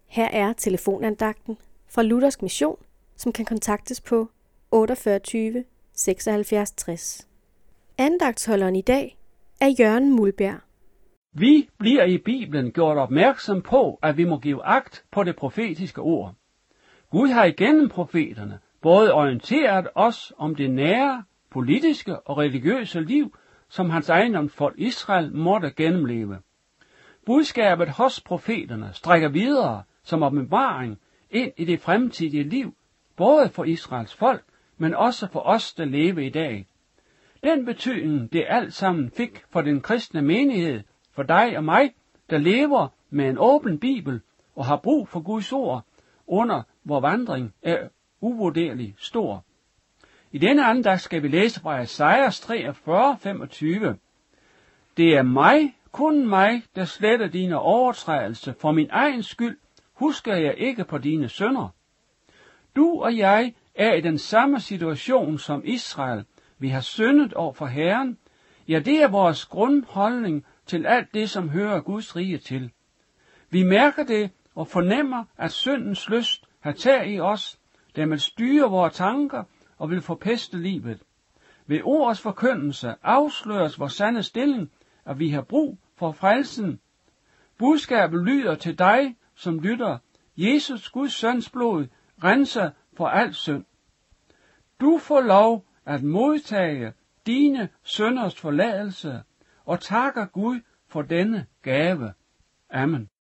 Her er telefonandagten fra Luthersk Mission, som kan kontaktes på 48 76 60. Andagtsholderen i dag er Jørgen Mulberg. Vi bliver i Bibelen gjort opmærksom på, at vi må give agt på det profetiske ord. Gud har igennem profeterne både orienteret os om det nære, politiske og religiøse liv, som hans ejendomsfolk Israel måtte gennemleve. Budskabet hos profeterne strækker videre som åbenbaring ind i det fremtidige liv, både for Israels folk, men også for os, der lever i dag. Den betydning, det alt sammen fik for den kristne menighed, for dig og mig, der lever med en åben bibel og har brug for Guds ord under vor vandring, er uvurderlig stor. I denne andagt skal vi læse fra Esajas 43:25. Det er mig, kun mig, der sletter dine overtrædelser. For min egen skyld husker jeg ikke på dine synder. Du og jeg er i den samme situation som Israel. Vi har syndet over for Herren. Ja, det er vores grundholdning til alt det, som hører Guds rige til. Vi mærker det og fornemmer, at syndens lyst har tag i os. Den vil styre vores tanker og vil forpeste livet. Ved ordets forkyndelse afsløres vores sande stilling, at vi har brug for frelsen. Budskabet lyder til dig, som lytter. Jesus, Guds søns blod, renser for al synd. Du får lov at modtage dine synders forladelse og takker Gud for denne gave. Amen.